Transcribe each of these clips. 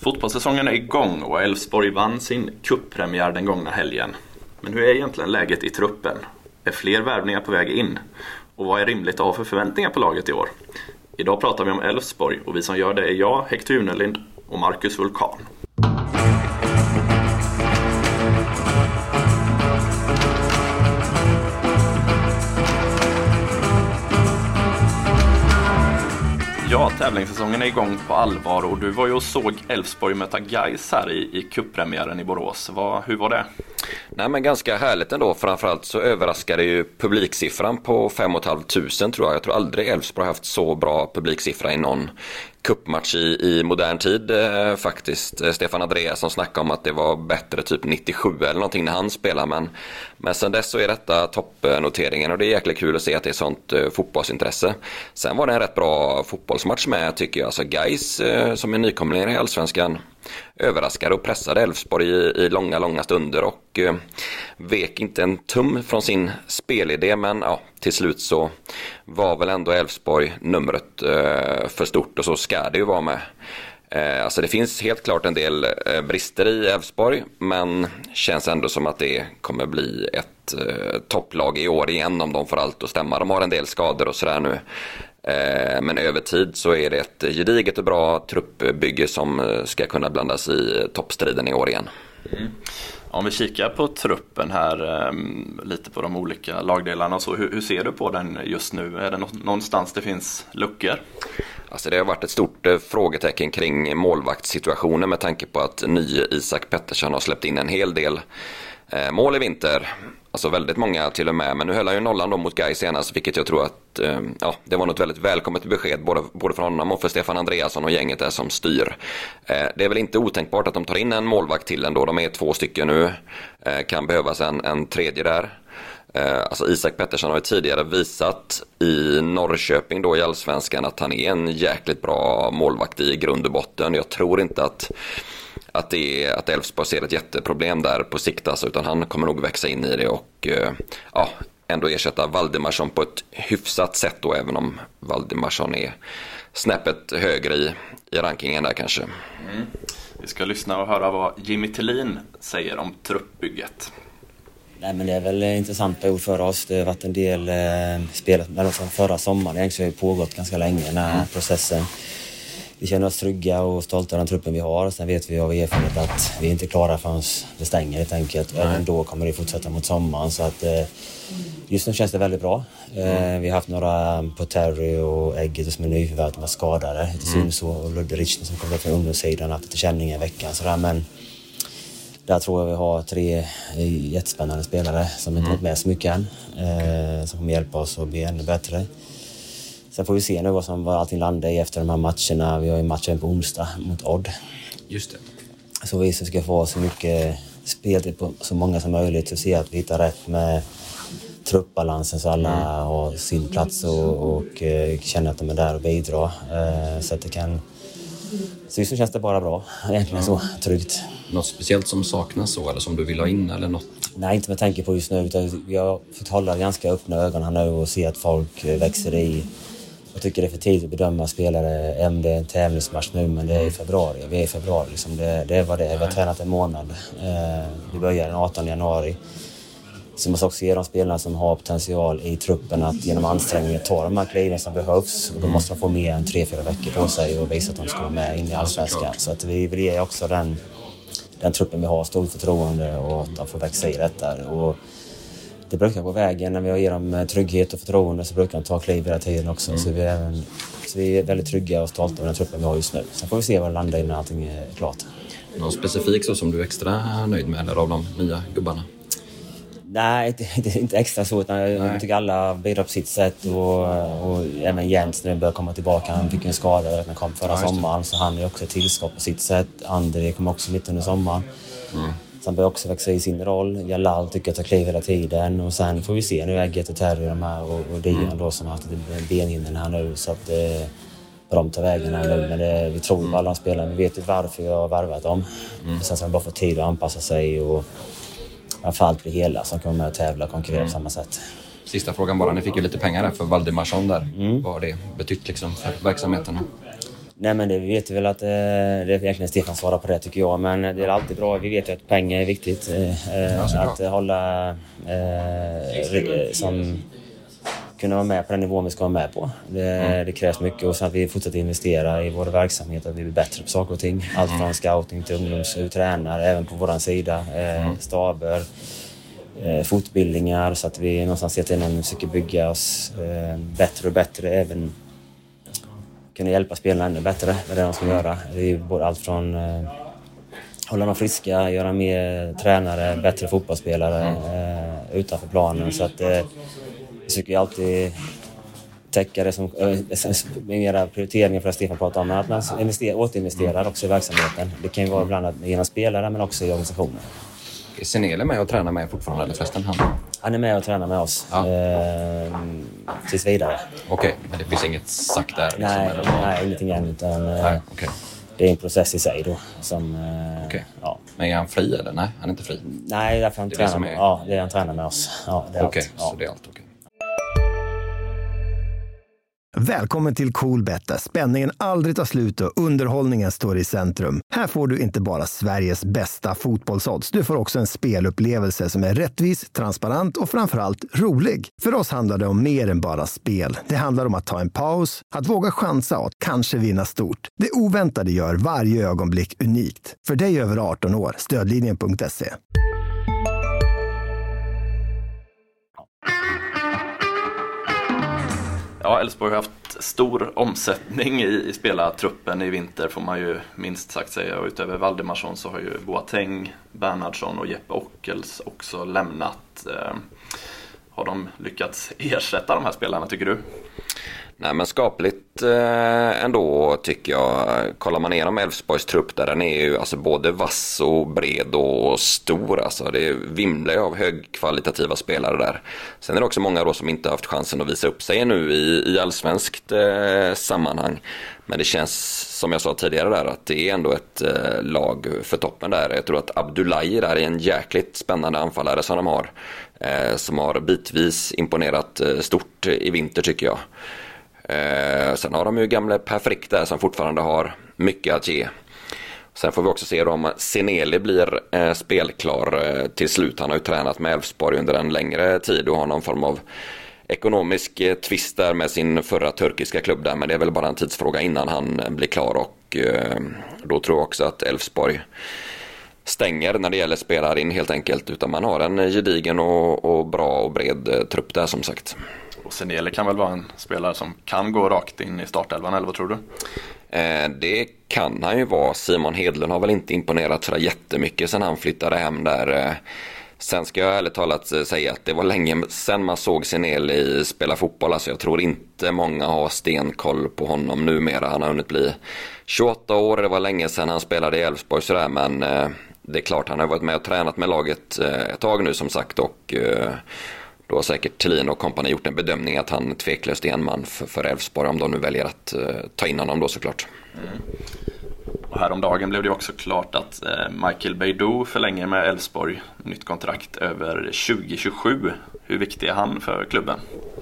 Fotbollssäsongen är igång och Elfsborg vann sin cuppremiär den gångna helgen. Men hur är egentligen läget i truppen? Är fler värvningar på väg in? Och vad är rimligt att ha för förväntningar på laget i år? Idag pratar vi om Elfsborg och vi som gör det är jag, Hector Junelind och Marcus Vulkan. Ja, tävlingssäsongen är igång på allvar och du var ju och såg Elfsborg möta Gais här i cuppremiären i Borås. Hur var det? Nej, men ganska härligt ändå. Framförallt så överraskade ju publiksiffran på 5 500 tror jag. Jag tror aldrig Elfsborg har haft så bra publiksiffra i någon cupmatch i modern tid faktiskt. Stefan Andreasson snackade om att det var bättre typ 97 eller någonting när han spelade. Men sen dess så är detta toppnoteringen och det är jäkligt kul att se att det är sånt fotbollsintresse. Sen var det en rätt bra fotbollsmatch med tycker jag. Alltså Gais som är nykomling i Allsvenskan överraskade och pressade Elfsborg i långa stunder och vek inte en tum från sin spelidé, men ja, till slut så var väl ändå Elfsborg numret för stort och så ska det ju vara med. Alltså det finns helt klart en del brister i Elfsborg, men känns ändå som att det kommer bli ett topplag i år igen om de får allt att stämma. De har en del skador och sådär nu. Men över tid så är det ett gediget och bra truppbygge som ska kunna blandas i toppstriden i år igen. Mm. Om vi kikar på truppen här, lite på de olika lagdelarna och så, hur ser du på den just nu? Är det någonstans det finns luckor? Alltså det har varit ett stort frågetecken kring målvaktssituationen med tanke på att nye Isak Pettersson har släppt in en hel del mål i vinter. Alltså väldigt många till och med. Men nu höll han ju nollan då mot Gais senast, vilket jag tror att det var något väldigt välkommet besked både från honom och för Stefan Andreasson och gänget där som styr. Det är väl inte otänkbart att de tar in en målvakt till ändå. De är 2 stycken nu. Kan behövas en tredje där. Alltså Isak Pettersson har ju tidigare visat i Norrköping då i Allsvenskan att han är en jäkligt bra målvakt i grund och botten. Jag tror inte att Elfsborg ser ett jätteproblem där på sikt alltså, utan han kommer nog växa in i det och ändå ersätta Valdimarsson på ett hyfsat sätt då, även om Valdimarsson är snäppet högre i rankingen där kanske. Vi ska lyssna och höra vad Jimmy Tillin säger om truppbygget. Nej, men det är väl en intressant period för oss. Det har varit en del spelare från förra sommaren. Egentligen har det pågått ganska länge den här processen. Vi känner oss trygga och stolta av den truppen vi har. Sen vet vi av erfarenhet att vi inte är klara förrän det stänger helt enkelt. Även då kommer det fortsätta mot sommaren. Så att, just nu känns det väldigt bra. Vi har haft några på Terry och Ägget som är nyförvärv som var skadade. Det syns så. Och Ludde Richner som kommer från ungdomssidan haft lite känningar i veckan. Sådär. Men där tror jag vi har 3 jättespännande spelare som inte varit med så mycket än. Som kommer hjälpa oss att bli ännu bättre. Sen får vi se nu vad allting landar i efter de här matcherna. Vi har ju matchen på onsdag mot Odd. Just det. Så vi ska få så mycket spel på så många som möjligt. Och se att vi hittar rätt med truppbalansen så alla har sin plats och känner att de är där och bidrar. Så att det kan... Så just nu känns det bara bra. Egentligen så tryggt. Något speciellt som saknas så, eller som du vill ha in eller något? Nej, inte med tanke på just nu. Utan jag har fått hålla ganska öppna ögon här nu och se att folk växer i. Jag tycker det är för tidigt att bedöma spelare. Det är en tävlingsmatch nu, men det är i februari. Vi är i februari. Liksom. Det är vad det är. Vi har tränat en månad. Vi börjar den 18 januari. Så man måste också ge de spelarna som har potential i truppen att genom ansträngningar ta de här kliven som behövs. Och då måste de få mer än 3-4 veckor på sig och visa att de ska vara med in i Allsvenskan. Så att vi vill ge också den truppen vi har stort förtroende och att de får växa i detta. Och det brukar gå vägen när vi ger dem trygghet och förtroende, så brukar de ta kliv hela tiden också. Så vi är väldigt trygga och stolta med den truppen vi har just nu. Sen får vi se vad det landar innan allting är klart. Någon specifik så som du är extra nöjd med eller av de nya gubbarna? Nej, inte extra så, utan jag tycker alla bidrar på sitt sätt och även Jens när han börjar komma tillbaka, han fick en skada när han kom förra sommaren, så han är också ett tillskott på sitt sätt. André kom också mitt under sommaren. Så han börjar också växa i sin roll. Jalal tycker att jag kliv hela tiden och sen får vi se nu Ägget och Terry de här och Dian då som har haft benhinnen här nu, så att de tar vägen här nu, men vi tror på alla de spelarna, vi vet ju varför jag har varvat dem. Sen så har de bara fått tid att anpassa sig och framförallt bli hela som kommer med att tävla och konkurrera på samma sätt. Sista frågan bara, ni fick ju lite pengar här för Valdimarsson där. Vad har det betytt liksom för verksamheten? Nej, men det vet vi väl att det är egentligen Stefan svarar på det, tycker jag. Men det är alltid bra. Vi vet ju att pengar är viktigt. Att hålla som kunna vara med på den nivån vi ska vara med på. Det krävs mycket, och sen att vi fortsätter investera i vår verksamhet, att vi blir bättre på saker och ting. Allt från scouting till ungdomstränare, även på våran sida. Staber, fortbildningar, så att vi någonstans ser till att vi försöker bygga oss bättre och bättre, även kunna hjälpa spelarna ännu bättre med det de ska göra. Det är både allt från hålla dem friska, göra mer tränare, bättre fotbollsspelare utanför planen, så att vi försöker alltid täcka det som mera prioriteringar för att Stefan pratar om, att man återinvesterar också i verksamheten. Det kan ju vara bland annat genom spelare, men också i organisationen. Är Senele med och tränar med fortfarande, eller förresten Han är med och tränar med oss tills vidare. Okej, men det finns inget sagt där? Nej, ingenting än, utan okay. Det är en process i sig då. Ja. Men är han fri eller? Nej, han är inte fri. Nej, därför han tränar med. Ja, det är han tränar med oss. Ja, det är okej, allt. så det är allt okej. Välkommen till Coolbet, där spänningen aldrig tar slut och underhållningen står i centrum. Här får du inte bara Sveriges bästa fotbollsodds. Du får också en spelupplevelse som är rättvis, transparent och framförallt rolig. För oss handlar det om mer än bara spel. Det handlar om att ta en paus, att våga chansa och kanske vinna stort. Det oväntade gör varje ögonblick unikt. För dig över 18 år, stödlinjen.se. Ja, Elfsborg har haft stor omsättning i spelartruppen i vinter, får man ju minst sagt säga. Och utöver Valdemarsson så har ju Boateng, Bernhardsson och Jeppe Ockels också lämnat. Har de lyckats ersätta de här spelarna, tycker du? Nej, men skapligt ändå, tycker jag. Kollar man igenom Elfsborgs trupp där, den är ju alltså både vass och bred och stor. Alltså det vimlar av högkvalitativa spelare där. Sen är det också många då som inte har haft chansen att visa upp sig nu i allsvenskt sammanhang. Men det känns, som jag sa tidigare där, att det är ändå ett lag för toppen där. Jag tror att Abdullahi där är en jäkligt spännande anfallare som de har. Som har bitvis imponerat stort i vinter, tycker jag. Sen har de ju gamla Per Frick där som fortfarande har mycket att ge. Sen får vi också se om Senele blir spelklar till slut. Han har ju tränat med Elfsborg under en längre tid och har någon form av ekonomisk twist där med sin förra turkiska klubb där. Men det är väl bara en tidsfråga innan han blir klar, och då tror jag också att Elfsborg stänger när det gäller spelare in helt enkelt, utan man har en gedigen och bra och bred trupp där, som sagt. Och Senele kan väl vara en spelare som kan gå rakt in i startelvan, eller vad tror du? Det kan han ju vara. Simon Hedlund har väl inte imponerat så jättemycket sen han flyttade hem där. Sen ska jag ärligt talat säga att det var länge sedan man såg Senele spela fotboll. Alltså jag tror inte många har stenkoll på honom numera. Han har hunnit bli 28 år. Det var länge sedan han spelade i Elfsborg sådär, men det är klart, han har varit med och tränat med laget ett tag nu, som sagt, och då har säkert Thelin och kompani gjort en bedömning att han tveklöst är en man för Elfsborg, om de nu väljer att ta in honom då, såklart. Och häromdagen blev det också klart att Michael Beidou förlänger med Elfsborg, nytt kontrakt över 2027. Hur viktig är han för klubben?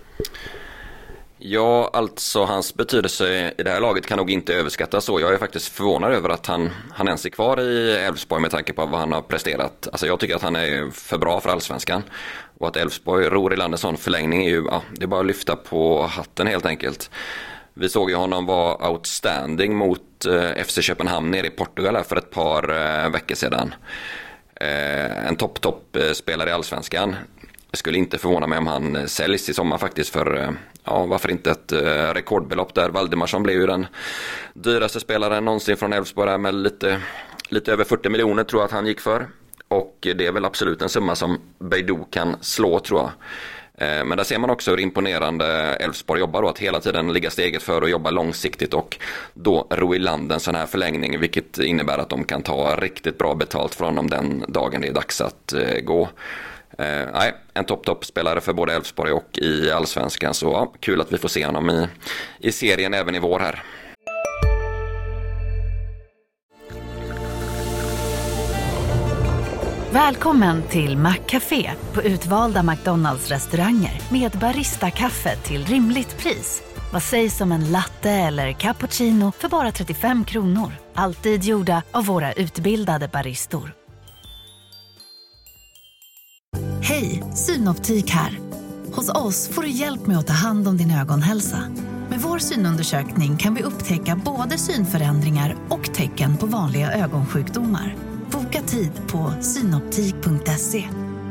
Ja, alltså hans betydelse i det här laget kan nog inte överskattas så. Jag är faktiskt förvånad över att han ens är kvar i Elfsborg med tanke på vad han har presterat. Alltså jag tycker att han är för bra för allsvenskan. Och att Elfsborg ror i land en sån förlängning är ju, det är bara att lyfta på hatten helt enkelt. Vi såg ju honom vara outstanding mot FC Köpenhamn nere i Portugal här för ett par veckor sedan. En topp-spelare i allsvenskan. Jag skulle inte förvåna mig om han säljs i sommar faktiskt för, varför inte ett rekordbelopp där. Valdemarsson blev ju den dyraste spelaren någonsin från Elfsborg med lite över 40 miljoner tror jag att han gick för. Och det är väl absolut en summa som Beidou kan slå, tror jag. Men där ser man också hur imponerande Elfsborg jobbar då, att hela tiden ligga steget för och jobba långsiktigt och då ro i land en sån här förlängning, vilket innebär att de kan ta riktigt bra betalt från dem den dagen det är dags att gå. En topp-spelare för både Elfsborg och i allsvenskan, så kul att vi får se honom i serien även i vår här. Välkommen till McCafé på utvalda McDonalds restauranger med Barista-kaffe till rimligt pris. Vad sägs om en latte eller cappuccino för bara 35 kronor? Alltid gjorda av våra utbildade baristor. Hej, Synoptik här. Hos oss får du hjälp med att ta hand om din ögonhälsa. Med vår synundersökning kan vi upptäcka både synförändringar och tecken på vanliga ögonsjukdomar. Boka tid på synoptik.se.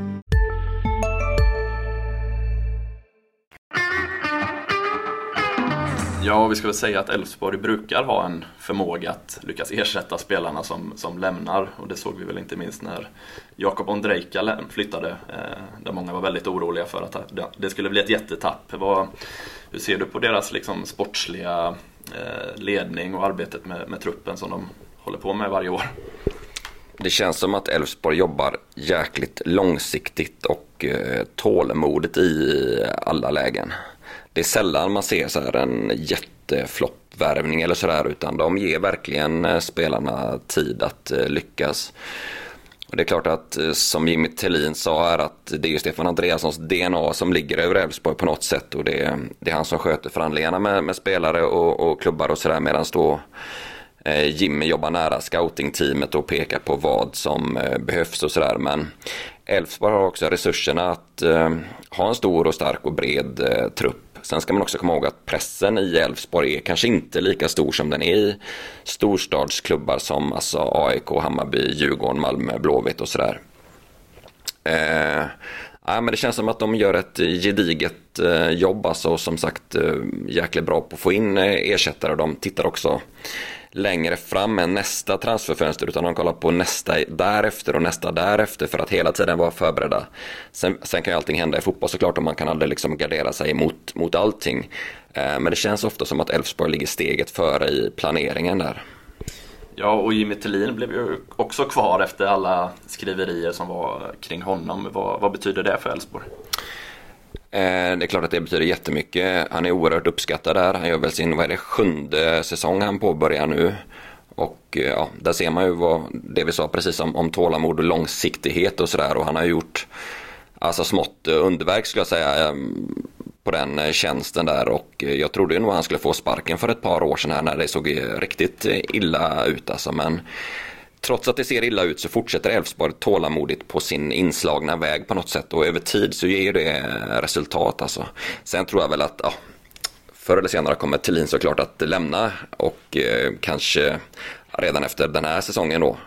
Ja, vi ska väl säga att Elfsborg brukar ha en förmåga att lyckas ersätta spelarna som lämnar. Och det såg vi väl inte minst när Jakob Ondrejka flyttade. Där många var väldigt oroliga för att det skulle bli ett jättetapp. Hur ser du på deras liksom sportsliga ledning och arbetet med truppen som de håller på med varje år? Det känns som att Elfsborg jobbar jäkligt långsiktigt och tålmodigt i alla lägen. Det är sällan man ser så här en jättefloppvärvning eller sådär, utan de ger verkligen spelarna tid att lyckas. Och det är klart att, som Jimmy Thelin sa, är att det är Stefan Andreassons DNA som ligger över Elfsborg på något sätt, och det är han som sköter förhandlingarna med spelare och klubbar och sådär, medan då Jimmy jobbar nära scoutingteamet och pekar på vad som behövs och sådär. Men Elfsborg har också resurserna att ha en stor och stark och bred trupp. Sen ska man också komma ihåg att pressen i Elfsborg är kanske inte lika stor som den är i storstadsklubbar som alltså AIK, Hammarby, Djurgården, Malmö, Blåvitt och sådär. Men det känns som att de gör ett gediget jobb, alltså, och som sagt jäkligt bra på att få in ersättare. De tittar också längre fram än nästa transferfönster, utan de kollar på nästa därefter och nästa därefter för att hela tiden vara förberedda. Sen kan ju allting hända i fotboll såklart, och man kan aldrig liksom gardera sig mot allting. Men det känns ofta som att Elfsborg ligger steget före i planeringen där. Ja, och Jimmy Thelin blev ju också kvar efter alla skriverier som var kring honom. Vad betyder det för Elfsborg? Det är klart att det betyder jättemycket. Han är oerhört uppskattad där. Han gör väl sin 7:e säsong han påbörjar nu. Och ja, där ser man ju det vi sa precis om tålamod och långsiktighet och sådär. Och han har gjort alltså smått underverk, skulle jag säga, på den tjänsten där. Och jag trodde ju nog han skulle få sparken för ett par år sedan här när det såg riktigt illa ut alltså. Men trots att det ser illa ut så fortsätter Elfsborg tålamodigt på sin inslagna väg på något sätt, och över tid så ger det resultat alltså. Sen tror jag väl att förr eller senare kommer Thelin såklart att lämna, och kanske redan efter den här säsongen då.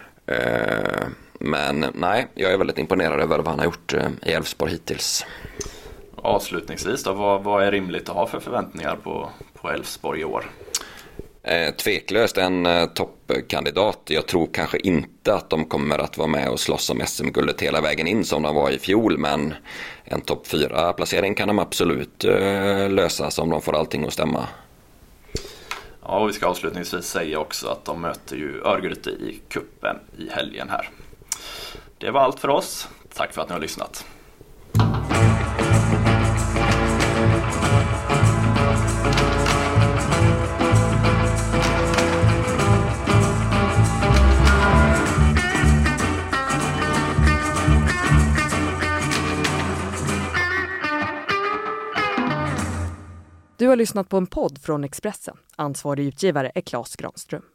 Men nej, jag är väldigt imponerad över vad han har gjort i Elfsborg hittills. Avslutningsvis då, vad är rimligt att ha för förväntningar på Elfsborg i år? Tveklöst en toppkandidat. Jag tror kanske inte att de kommer att vara med och slåss om SM-guldet hela vägen in som de var i fjol, men en topp 4-placering kan de absolut lösa om de får allting att stämma. Ja, och vi ska avslutningsvis säga också att de möter ju Örgryte i kuppen i helgen här. Det var allt för oss. Tack för att ni har lyssnat. Du har lyssnat på en podd från Expressen. Ansvarig utgivare är Claes Granström.